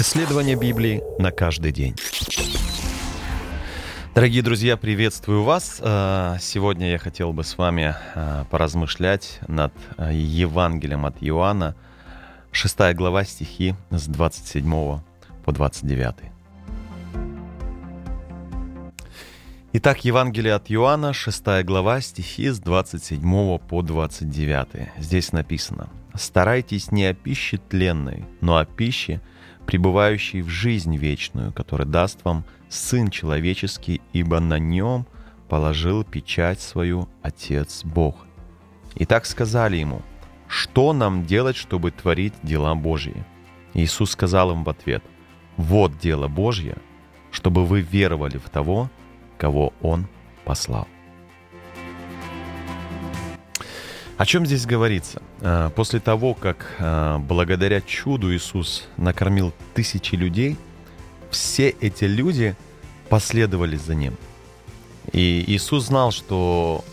Исследование Библии на каждый день. Дорогие друзья, приветствую вас. Сегодня я хотел бы с вами поразмышлять над Евангелием от Иоанна, 6 глава, стихи с 27 по 29. Итак, Евангелие от Иоанна, 6 глава, стихи с 27 по 29. Здесь написано: «Старайтесь не о пище тленной, но о пище, пребывающей в жизнь вечную, который даст вам Сын Человеческий, ибо на нем положил печать свою Отец Бог». И так сказали ему: «Что нам делать, чтобы творить дела Божьи?» Иисус сказал им в ответ: «Вот дело Божье, чтобы вы веровали в того, кого Он послал». О чем здесь говорится? После того, как благодаря чуду Иисус накормил тысячи людей, все эти люди последовали за Ним. И Иисус знал, что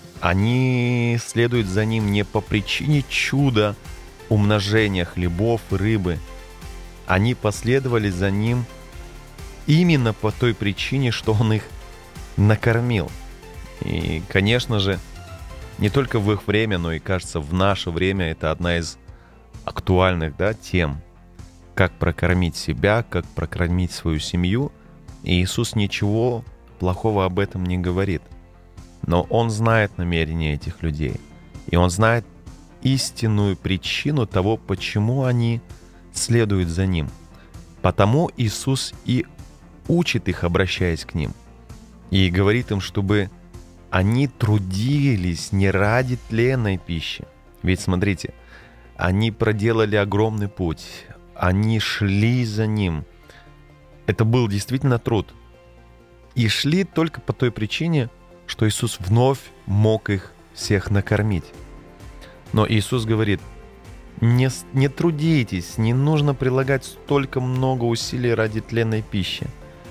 они следуют за Ним не по причине чуда умножения хлебов и рыбы. Они последовали за Ним именно по той причине, что Он их накормил. И, конечно же, не только в их время, но и, кажется, в наше время это одна из актуальных тем. Как прокормить себя, как прокормить свою семью. И Иисус ничего плохого об этом не говорит. Но Он знает намерения этих людей. И Он знает истинную причину того, почему они следуют за Ним. Потому Иисус и учит их, обращаясь к Ним. И говорит им, чтобы они трудились не ради тленной пищи. Ведь смотрите, они проделали огромный путь. Они шли за Ним. Это был действительно труд. И шли только по той причине, что Иисус вновь мог их всех накормить. Но Иисус говорит: не трудитесь, не нужно прилагать столько много усилий ради тленной пищи.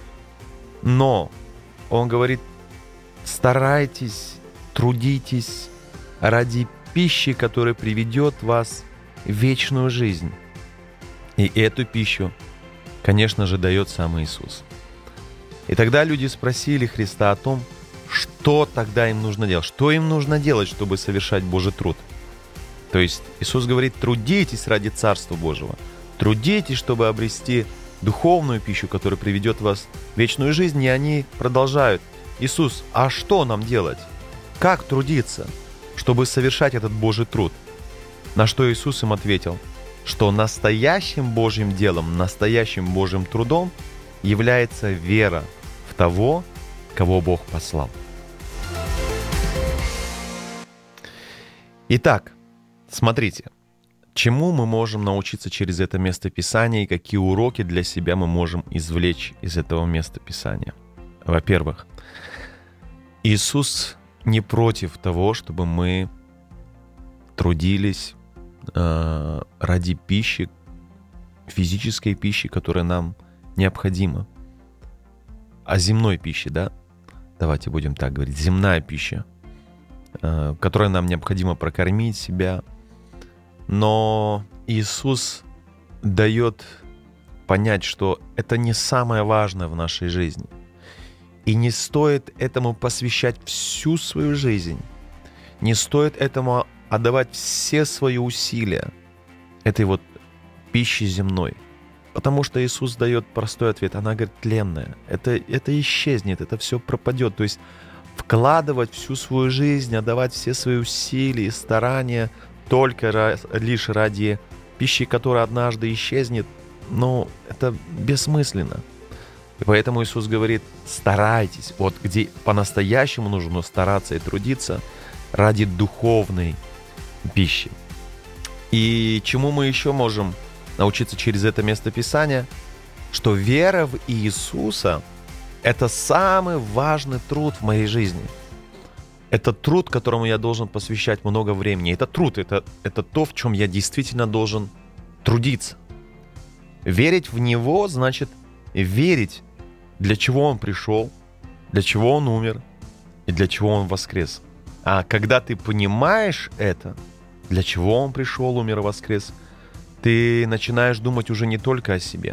Но Он говорит: старайтесь, трудитесь ради пищи, которая приведет вас в вечную жизнь. И эту пищу, конечно же, дает сам Иисус. И тогда люди спросили Христа о том, что тогда им нужно делать. Что им нужно делать, чтобы совершать Божий труд? То есть Иисус говорит: трудитесь ради Царства Божьего. Трудитесь, чтобы обрести духовную пищу, которая приведет вас в вечную жизнь. И они продолжают: Иисус, а что нам делать? Как трудиться, чтобы совершать этот Божий труд? На что Иисус им ответил, что настоящим Божьим делом, настоящим Божьим трудом является вера в того, кого Бог послал. Итак, смотрите, чему мы можем научиться через это местописание и какие уроки для себя мы можем извлечь из этого местописания. Во-первых, Иисус не против того, чтобы мы трудились ради пищи, физической пищи, которая нам необходима. О земной пище, давайте будем так говорить, земная пища, которая нам необходимо прокормить себя. Но Иисус дает понять, что это не самое важное в нашей жизни. И не стоит этому посвящать всю свою жизнь. Не стоит этому отдавать все свои усилия этой пище земной. Потому что Иисус дает простой ответ. Она говорит: тленная. Это исчезнет, это все пропадет. То есть вкладывать всю свою жизнь, отдавать все свои усилия и старания только лишь ради пищи, которая однажды исчезнет, это бессмысленно. И поэтому Иисус говорит: старайтесь. Где по-настоящему нужно стараться и трудиться ради духовной пищи. И чему мы еще можем научиться через это местописание? Что вера в Иисуса — это самый важный труд в моей жизни. Это труд, которому я должен посвящать много времени. Это труд, это то, в чем я действительно должен трудиться. Верить в Него значит верить, для чего Он пришел, для чего Он умер и для чего Он воскрес. А когда ты понимаешь это, для чего Он пришел, умер и воскрес, ты начинаешь думать уже не только о себе.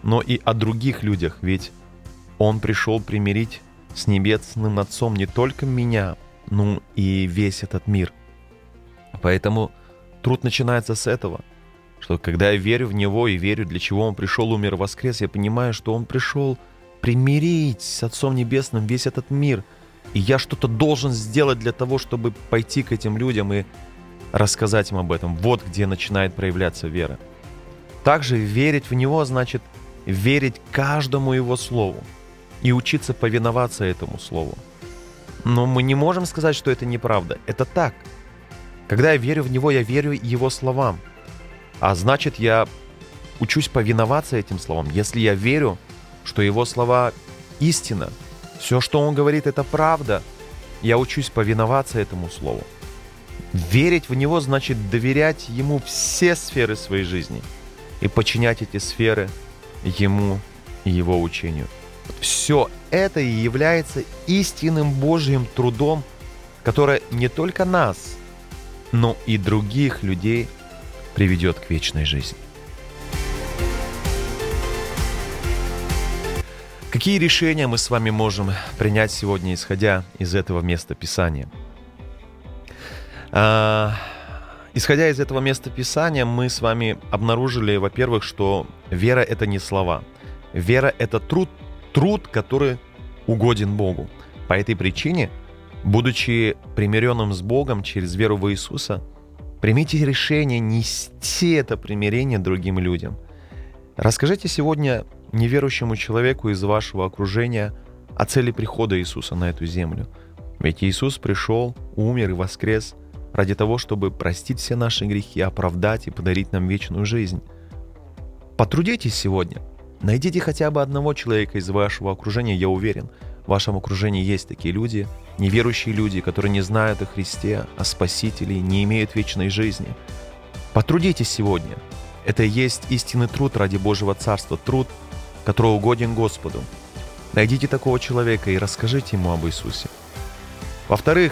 но и о других людях, ведь Он пришел примирить с Небесным Отцом не только меня, но и весь этот мир. Поэтому труд начинается с этого, что когда я верю в Него и верю, для чего Он пришел, умер, воскрес, я понимаю, что Он пришел примирить с Отцом Небесным весь этот мир. И я что-то должен сделать для того, чтобы пойти к этим людям и рассказать им об этом. Вот где начинает проявляться вера. Также верить в Него значит верить каждому Его Слову и учиться повиноваться этому Слову. Но мы не можем сказать, что это неправда. Это так. Когда я верю в Него, я верю Его словам. А значит, я учусь повиноваться этим словам. Если я верю, что Его слова истина, все, что Он говорит, это правда, я учусь повиноваться этому слову. Верить в Него значит доверять Ему все сферы своей жизни и подчинять эти сферы Ему и Его учению. Все это и является истинным Божьим трудом, которое не только нас, но и других людей приведет к вечной жизни. Какие решения мы с вами можем принять сегодня, исходя из этого места Писания? Исходя из этого места Писания, мы с вами обнаружили, во-первых, что вера — это не слова. Вера — это труд, который угоден Богу. По этой причине, будучи примиренным с Богом через веру в Иисуса, примите решение нести это примирение другим людям. Расскажите сегодня неверующему человеку из вашего окружения о цели прихода Иисуса на эту землю. Ведь Иисус пришел, умер и воскрес ради того, чтобы простить все наши грехи, оправдать и подарить нам вечную жизнь. Потрудитесь сегодня. Найдите хотя бы одного человека из вашего окружения, я уверен, в вашем окружении есть такие люди, неверующие люди, которые не знают о Христе, о Спасителе, не имеют вечной жизни. Потрудитесь сегодня. Это и есть истинный труд ради Божьего Царства, труд, который угоден Господу. Найдите такого человека и расскажите ему об Иисусе. Во-вторых,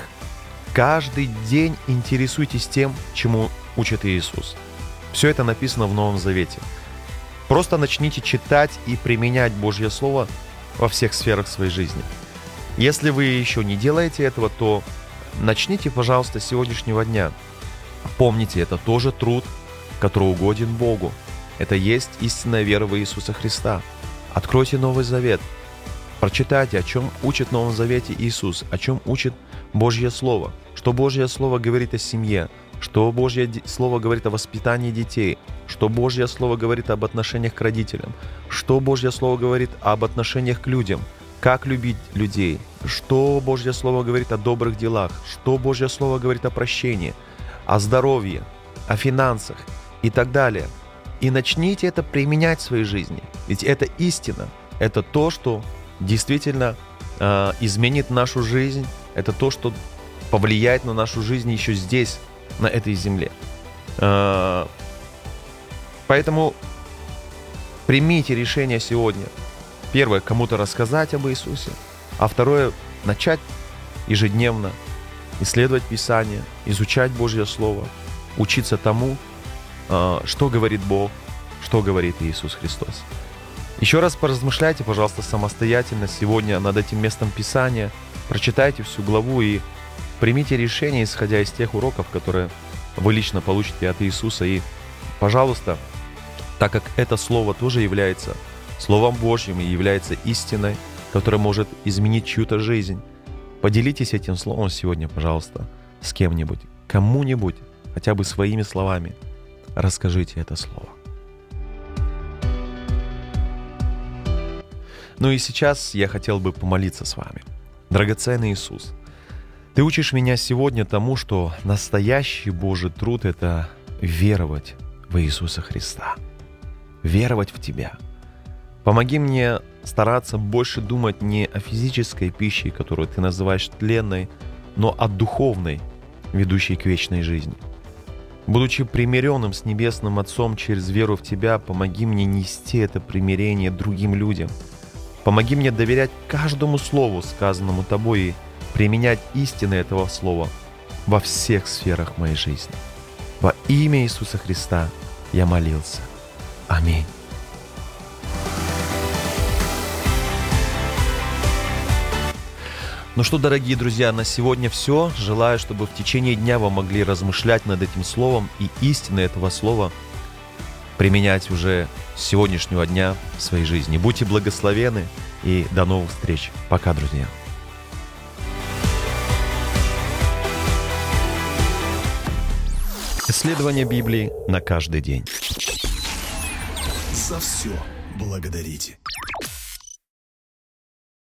каждый день интересуйтесь тем, чему учит Иисус. Все это написано в Новом Завете. Просто начните читать и применять Божье Слово во всех сферах своей жизни. Если вы еще не делаете этого, то начните, пожалуйста, с сегодняшнего дня. Помните, это тоже труд, который угоден Богу. Это есть истинная вера в Иисуса Христа. Откройте Новый Завет. Прочитайте, о чем учит в Новом Завете Иисус, о чем учит Божье Слово, что Божье Слово говорит о семье, что Божье Слово говорит о воспитании детей, что Божье Слово говорит об отношениях к родителям, что Божье Слово говорит об отношениях к людям, как любить людей, что Божье Слово говорит о добрых делах, что Божье Слово говорит о прощении, о здоровье, о финансах и так далее. И начните это применять в своей жизни. Ведь это истина, это то, что действительно изменит нашу жизнь, это то, что повлияет на нашу жизнь еще здесь, на этой земле. Поэтому примите решение сегодня. Первое, кому-то рассказать об Иисусе, а второе, начать ежедневно исследовать Писание, изучать Божье Слово, учиться тому, что говорит Бог, что говорит Иисус Христос. Еще раз поразмышляйте, пожалуйста, самостоятельно сегодня над этим местом Писания, прочитайте всю главу и примите решение, исходя из тех уроков, которые вы лично получите от Иисуса. И, пожалуйста, так как это Слово тоже является Словом Божьим и является истиной, которая может изменить чью-то жизнь, поделитесь этим Словом сегодня, пожалуйста, с кем-нибудь, кому-нибудь, хотя бы своими словами. Расскажите это Слово. Ну и сейчас я хотел бы помолиться с вами. Драгоценный Иисус, Ты учишь меня сегодня тому, что настоящий Божий труд — это веровать в Иисуса Христа, веровать в Тебя. Помоги мне стараться больше думать не о физической пище, которую Ты называешь тленной, но о духовной, ведущей к вечной жизни. Будучи примиренным с Небесным Отцом через веру в Тебя, помоги мне нести это примирение другим людям. Помоги мне доверять каждому слову, сказанному Тобой, и применять истины этого слова во всех сферах моей жизни. Во имя Иисуса Христа я молился. Аминь. Ну что, дорогие друзья, на сегодня все. Желаю, чтобы в течение дня вы могли размышлять над этим словом и истины этого слова применять уже с сегодняшнего дня в своей жизни. Будьте благословенны и до новых встреч. Пока, друзья. Исследование Библии на каждый день. За все благодарите.